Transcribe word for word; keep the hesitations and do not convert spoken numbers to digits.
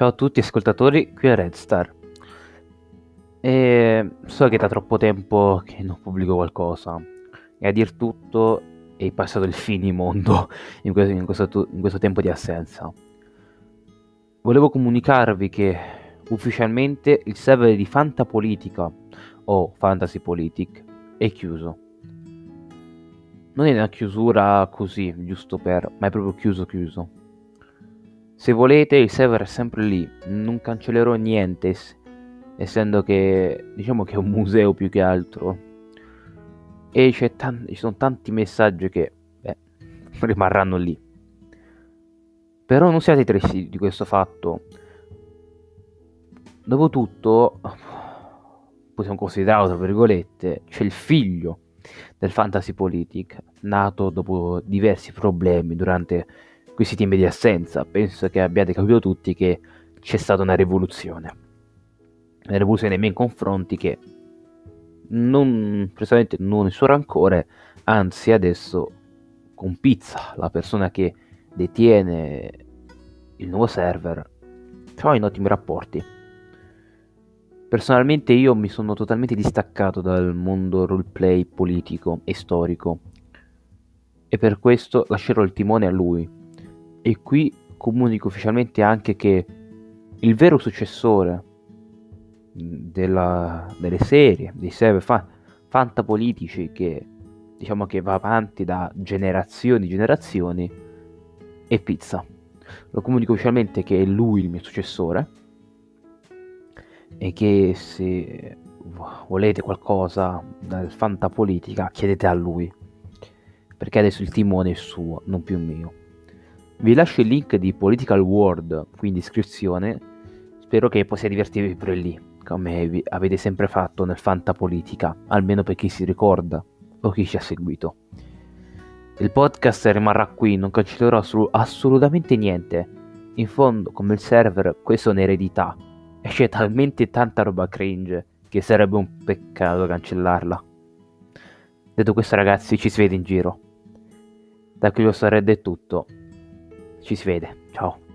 Ciao a tutti ascoltatori, qui è Red Star. E so che da troppo tempo che non pubblico qualcosa e a dir tutto è passato il finimondo in questo, in questo, tu- in questo tempo di assenza. Volevo comunicarvi che ufficialmente il server di Fantapolitica o Fantasy Politic è chiuso. Non è una chiusura così, giusto per, ma è proprio chiuso chiuso. Se volete il server è sempre lì, non cancellerò niente, es- essendo che diciamo che è un museo più che altro. E c'è tan- ci sono tanti messaggi che beh, rimarranno lì. Però non siate tristi di questo fatto. Dopotutto, possiamo considerarlo tra virgolette, c'è il figlio del Fantasy Politic, nato dopo diversi problemi durante questi tempi di assenza. Penso che abbiate capito tutti che c'è stata una rivoluzione. Una rivoluzione nei miei confronti che non, precisamente non il suo rancore, anzi adesso con Pizza, la persona che detiene il nuovo server, ho in ottimi rapporti. Personalmente io mi sono totalmente distaccato dal mondo roleplay politico e storico e per questo lascerò il timone a lui. E qui comunico ufficialmente anche che il vero successore della, delle serie, dei server fa, fantapolitici che diciamo che va avanti da generazioni e generazioni è Pizza. Lo comunico ufficialmente che è lui il mio successore e che se volete qualcosa dal fantapolitica chiedete a lui, perché adesso il timone è suo, non più mio. Vi lascio il link di Political World qui in descrizione, spero che possiate divertirvi pure lì, come vi avete sempre fatto nel fantapolitica, almeno per chi si ricorda o chi ci ha seguito. Il podcast rimarrà qui, non cancellerò assolut- assolutamente niente. In fondo, come il server, questa è un'eredità e c'è talmente tanta roba cringe che sarebbe un peccato cancellarla. Detto questo, ragazzi, ci si vede in giro. Da qui lo Red è tutto. Ci si vede, ciao.